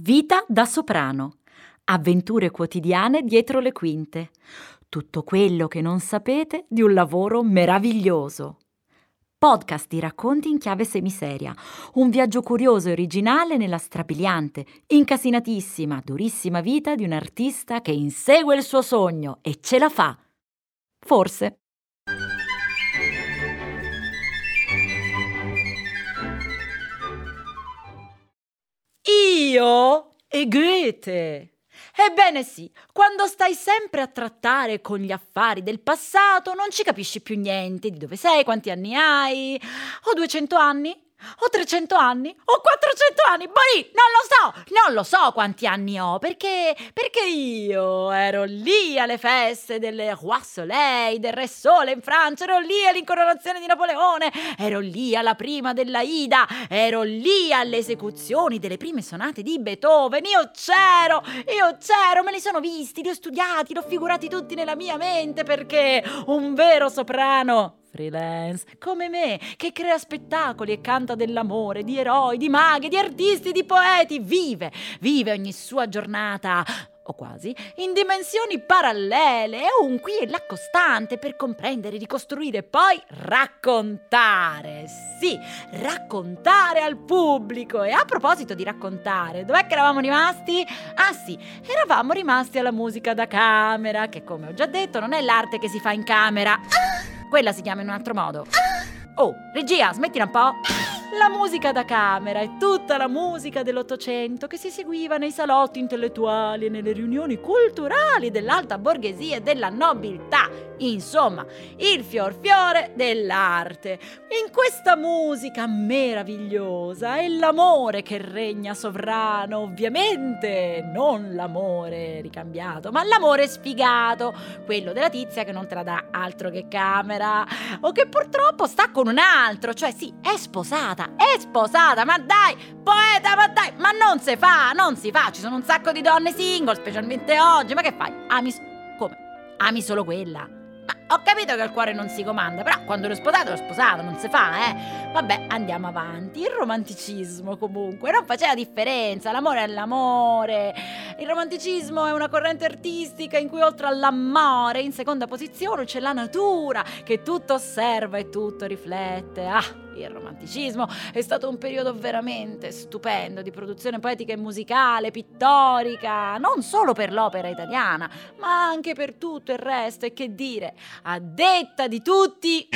Vita da soprano. Avventure quotidiane dietro le quinte. Tutto quello che non sapete di un lavoro meraviglioso. Podcast di racconti in chiave semiseria. Un viaggio curioso e originale nella strabiliante, incasinatissima, durissima vita di un artista che insegue il suo sogno e ce la fa. Forse. Io e Goethe. Ebbene sì, quando stai sempre a trattare con gli affari del passato non ci capisci più niente di dove sei, quanti anni hai. Ho 200 anni? Ho 300 anni? Ho 400 anni? Boh, non lo so quanti anni ho, perché io ero lì alle feste del Roi Soleil, del Re Sole in Francia, ero lì all'incoronazione di Napoleone, ero lì alla prima dell'Aida, ero lì alle esecuzioni delle prime sonate di Beethoven, io c'ero, me li sono visti, li ho studiati, li ho figurati tutti nella mia mente, perché un vero soprano freelance, come me, che crea spettacoli e canta dell'amore, di eroi, di maghi, di artisti, di poeti, vive ogni sua giornata, o quasi, in dimensioni parallele, è un qui e là costante per comprendere, ricostruire e poi raccontare, sì, raccontare al pubblico. E a proposito di raccontare, dov'è che eravamo rimasti? Ah sì, eravamo rimasti alla musica da camera, che come ho già detto non è l'arte che si fa in camera. Quella si chiama in un altro modo. Oh, regia, smettila un po'. La musica da camera è tutta la musica dell'Ottocento che si eseguiva nei salotti intellettuali e nelle riunioni culturali dell'alta borghesia e della nobiltà. Insomma, il fiore dell'arte. In questa musica meravigliosa è l'amore che regna sovrano, ovviamente non l'amore ricambiato, ma l'amore sfigato, quello della tizia che non te la dà altro che camera, o che purtroppo sta con un altro, cioè sì, è sposata, ma dai, poeta, ma non si fa, ci sono un sacco di donne single, specialmente oggi, ma che fai? Ami solo quella? Ma ho capito che il cuore non si comanda, però quando l'ho sposato, non si fa, Vabbè, andiamo avanti. Il romanticismo comunque non faceva differenza, l'amore è l'amore. Il romanticismo è una corrente artistica in cui oltre all'amore in seconda posizione c'è la natura che tutto osserva e tutto riflette. Il romanticismo è stato un periodo veramente stupendo di produzione poetica e musicale, pittorica, non solo per l'opera italiana, ma anche per tutto il resto. E che dire, a detta di tutti,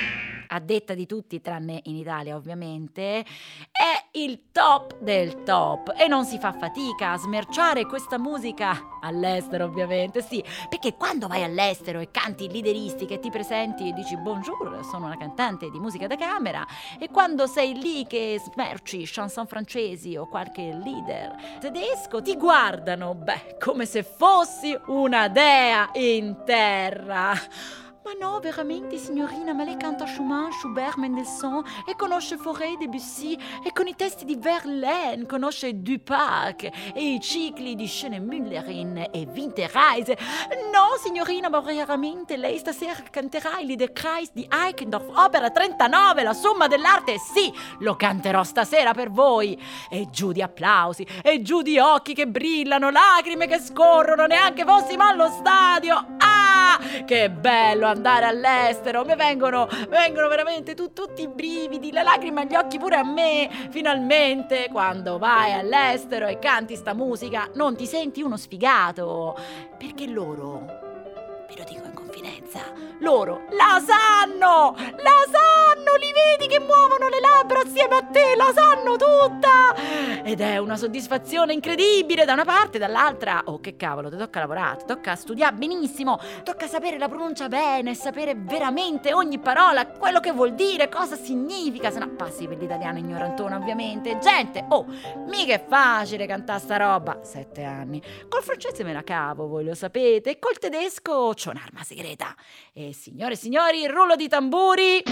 tranne in Italia ovviamente, è il top del top e non si fa fatica a smerciare questa musica all'estero, ovviamente, sì, perché quando vai all'estero e canti lideristi che ti presenti e dici bonjour, sono una cantante di musica da camera, e quando sei lì che smerci chanson francesi o qualche leader tedesco, ti guardano, come se fossi una dea in terra. Ma no, veramente, signorina, ma lei canta Schumann, Schubert, Mendelssohn e conosce Fauré, Debussy, e con i testi di Verlaine conosce Dupac e i cicli di Schönemüllerin e Winterreise. No, signorina, ma veramente lei stasera canterà il Liederkreis di Eichendorff, opera 39, la somma dell'arte, sì, lo canterò stasera per voi. E giù di applausi, e giù di occhi che brillano, lacrime che scorrono, neanche fossimo allo stadio. Che bello andare all'estero, mi vengono veramente tutti i brividi, le lacrime agli occhi pure a me. Finalmente, quando vai all'estero e canti sta musica, non ti senti uno sfigato, perché loro, ve lo dico in confidenza, loro la sanno, li vedi che muovono le labbra assieme a te, la sanno tutta, ed è una soddisfazione incredibile da una parte, dall'altra, oh che cavolo, ti tocca lavorare, ti tocca studiare benissimo, tocca sapere la pronuncia bene, sapere veramente ogni parola, quello che vuol dire, cosa significa, se no passi per l'italiano ignorantona, ovviamente. Gente, mica è facile cantare sta roba, 7 anni, col francese me la cavo, voi lo sapete, e col tedesco c'ho un'arma segreta. E signore e signori, rullo di tamburi,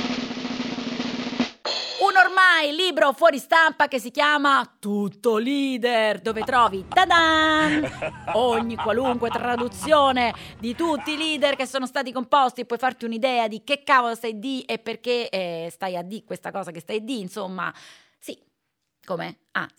un ormai libro fuori stampa che si chiama Tutto Leader, dove trovi, tadan, ogni qualunque traduzione di tutti i leader che sono stati composti, e puoi farti un'idea di che cavolo stai di e perché stai a di questa cosa che stai di, insomma, sì. Come? Ah, sì.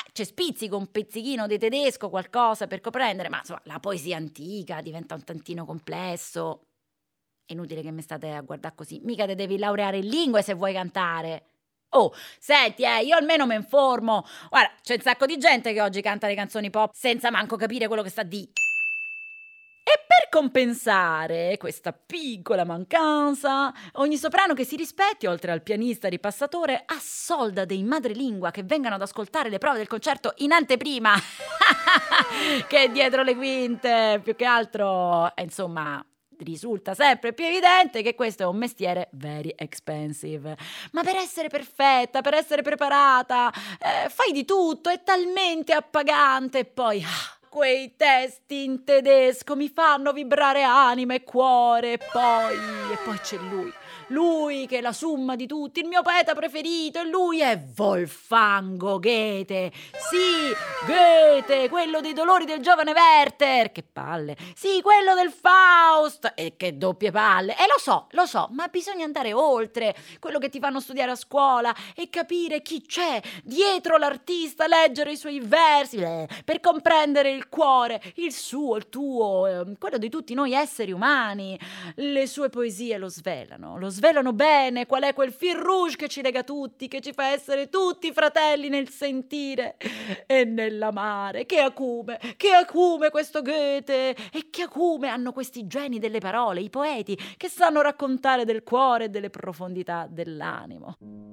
c'è spizzico un pezzichino di tedesco, qualcosa per comprendere, ma insomma la poesia antica diventa un tantino complesso. È inutile che mi state a guardare così, mica te devi laureare in lingue se vuoi cantare. Oh, senti, io almeno mi informo. Guarda, c'è un sacco di gente che oggi canta le canzoni pop senza manco capire quello che sta di. E per compensare questa piccola mancanza, ogni soprano che si rispetti, oltre al pianista ripassatore, assolda dei madrelingua che vengano ad ascoltare le prove del concerto in anteprima. Che dietro le quinte, più che altro, insomma, risulta sempre più evidente che questo è un mestiere very expensive. Ma per essere perfetta, per essere preparata, fai di tutto, è talmente appagante. E poi quei testi in tedesco mi fanno vibrare anima e cuore. E poi c'è lui che è la summa di tutti, il mio poeta preferito, e lui è Wolfgang Goethe. Sì, Goethe, quello dei dolori del giovane Werther, che palle. Sì, quello del Faust, e che doppie palle. E lo so, ma bisogna andare oltre quello che ti fanno studiare a scuola e capire chi c'è dietro l'artista, leggere i suoi versi, per comprendere il cuore, il suo, il tuo, quello di tutti noi esseri umani. Le sue poesie lo svelano bene qual è quel fil rouge che ci lega tutti, che ci fa essere tutti fratelli nel sentire e nell'amare. Che acume questo Goethe, e che acume hanno questi geni delle parole, i poeti, che sanno raccontare del cuore e delle profondità dell'animo.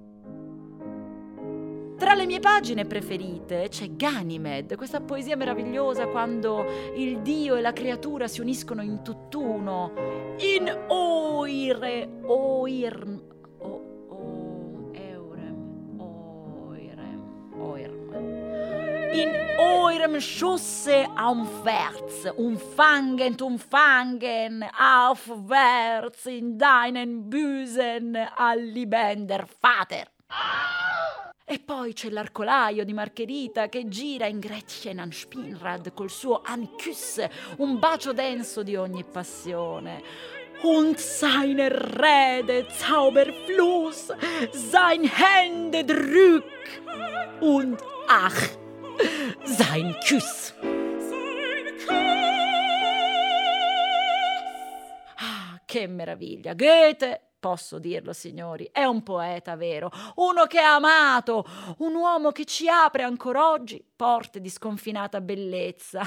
Tra le mie pagine preferite c'è Ganymed, questa poesia meravigliosa quando il Dio e la creatura si uniscono in tutt'uno. In eurem Schusse aufwärts, umfangen, aufwärts in deinen Busen allibender Vater. E poi c'è l'arcolaio di Margherita che gira in Gretchen an Spielrad col suo Ankuss, un bacio denso di ogni passione. Und seine Rede Zauberfluss, sein Hände drück und ach, sein Kuss. Ah, che meraviglia! Goethe, posso dirlo, signori, è un poeta vero, uno che ha amato, un uomo che ci apre ancora oggi porte di sconfinata bellezza.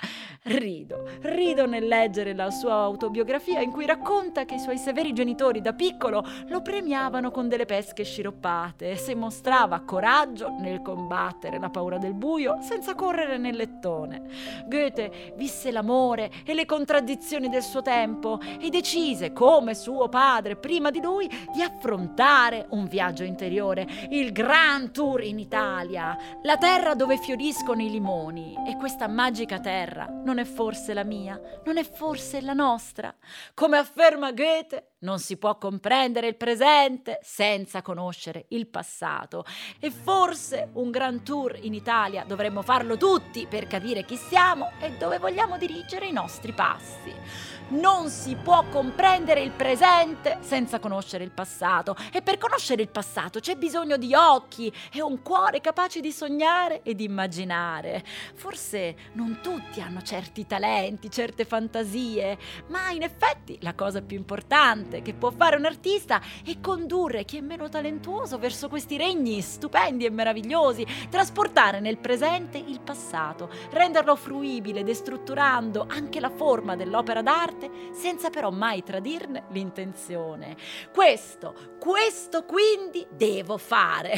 Rido nel leggere la sua autobiografia in cui racconta che i suoi severi genitori da piccolo lo premiavano con delle pesche sciroppate e se mostrava coraggio nel combattere la paura del buio senza correre nel lettone. Goethe visse l'amore e le contraddizioni del suo tempo e decise, come suo padre prima di lui, di affrontare un viaggio interiore, il Grand Tour in Italia, la terra dove fioriscono i limoni. E questa magica terra non è forse la mia? Non è forse la nostra? Come afferma Goethe, non si può comprendere il presente senza conoscere il passato. E forse un Grand Tour in Italia dovremmo farlo tutti per capire chi siamo e dove vogliamo dirigere i nostri passi. Non si può comprendere il presente senza conoscere il passato, e per conoscere il passato c'è bisogno di occhi e un cuore capaci di sognare e di immaginare. Forse non tutti hanno certi talenti, certe fantasie, ma in effetti la cosa più importante che può fare un artista è condurre chi è meno talentuoso verso questi regni stupendi e meravigliosi, trasportare nel presente il passato, renderlo fruibile, destrutturando anche la forma dell'opera d'arte senza però mai tradirne l'intenzione. Questo quindi devo fare.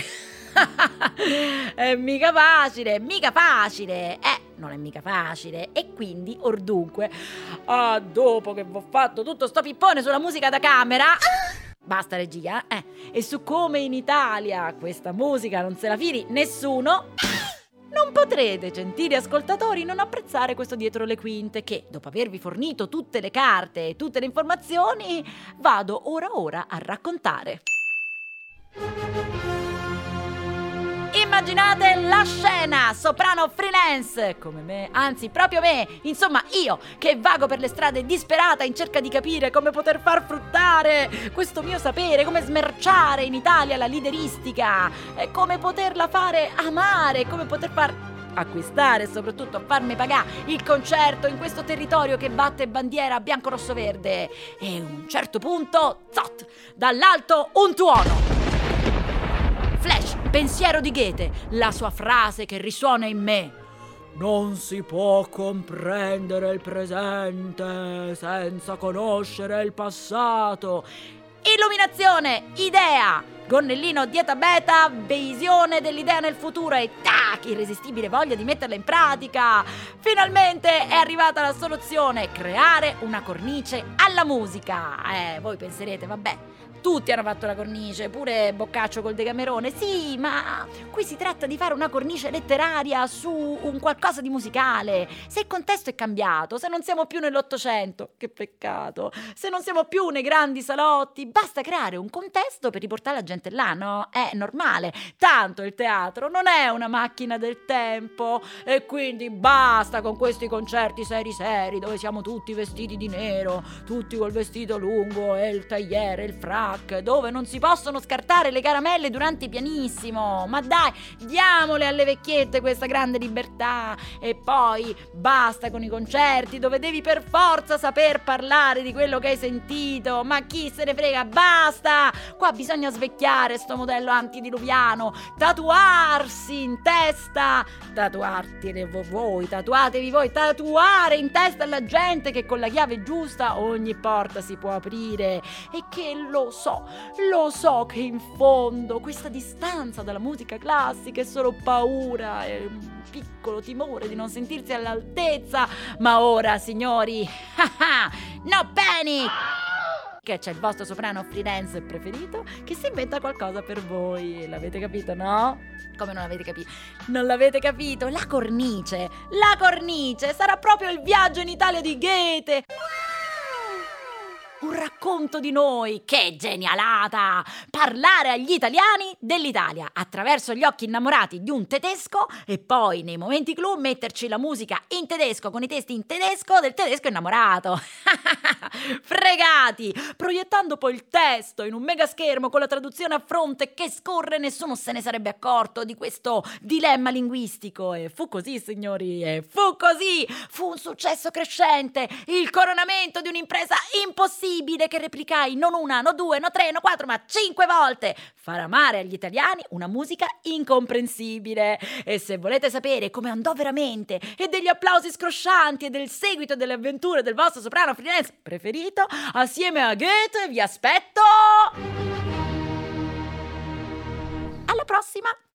È mica facile. Non è mica facile. E quindi, ordunque, dopo che vi ho fatto tutto sto pippone sulla musica da camera, basta regia, e su come in Italia questa musica non se la fili nessuno, non potrete, gentili ascoltatori, non apprezzare questo dietro le quinte che, dopo avervi fornito tutte le carte e tutte le informazioni, vado ora a raccontare. Immaginate la scena, soprano freelance, come me, anzi proprio me, insomma io che vago per le strade disperata in cerca di capire come poter far fruttare questo mio sapere, come smerciare in Italia la lideristica, come poterla fare amare, come poter far acquistare e soprattutto farmi pagare il concerto in questo territorio che batte bandiera bianco-rosso-verde. E a un certo punto, zot, dall'alto un tuono. Flash, pensiero di Goethe, la sua frase che risuona in me. Non si può comprendere il presente senza conoscere il passato. Illuminazione, idea, gonnellino dieta beta, visione dell'idea nel futuro e tac, irresistibile voglia di metterla in pratica. Finalmente è arrivata la soluzione, creare una cornice alla musica. Voi penserete, vabbè, tutti hanno fatto la cornice, pure Boccaccio col Decamerone. Sì, ma qui si tratta di fare una cornice letteraria su un qualcosa di musicale. Se il contesto è cambiato, se non siamo più nell'Ottocento, che peccato, se non siamo più nei grandi salotti, basta creare un contesto per riportare la gente là, no? È normale. Tanto il teatro non è una macchina del tempo e quindi basta con questi concerti seri dove siamo tutti vestiti di nero, tutti col vestito lungo e il tagliere, il frac, dove non si possono scartare le caramelle durante il pianissimo. Ma dai, diamole alle vecchiette questa grande libertà. E poi basta con i concerti dove devi per forza saper parlare di quello che hai sentito. Ma chi se ne frega, basta. Qua bisogna svecchiare sto modello antidiluviano, tatuarsi in testa, tatuatevi voi, tatuare in testa alla gente che con la chiave giusta ogni porta si può aprire e che lo so che in fondo questa distanza dalla musica classica è solo paura e un piccolo timore di non sentirsi all'altezza, ma ora, signori, no panic! Che c'è il vostro soprano freelance preferito che si inventa qualcosa per voi. L'avete capito, no? Come non l'avete capito? Non l'avete capito? La cornice sarà proprio il viaggio in Italia di Goethe. Un racconto di noi, che genialata! Parlare agli italiani dell'Italia attraverso gli occhi innamorati di un tedesco e poi nei momenti clou metterci la musica in tedesco con i testi in tedesco del tedesco innamorato. Fregati! Proiettando poi il testo in un mega schermo con la traduzione a fronte che scorre, nessuno se ne sarebbe accorto di questo dilemma linguistico. E fu così, signori, fu un successo crescente, il coronamento di un'impresa impossibile che replicai non una, no due, no tre, no quattro, ma 5 volte. Far amare agli italiani una musica incomprensibile. E se volete sapere come andò veramente e degli applausi scroscianti e del seguito delle avventure del vostro soprano freelance preferito, assieme a Goethe vi aspetto alla prossima!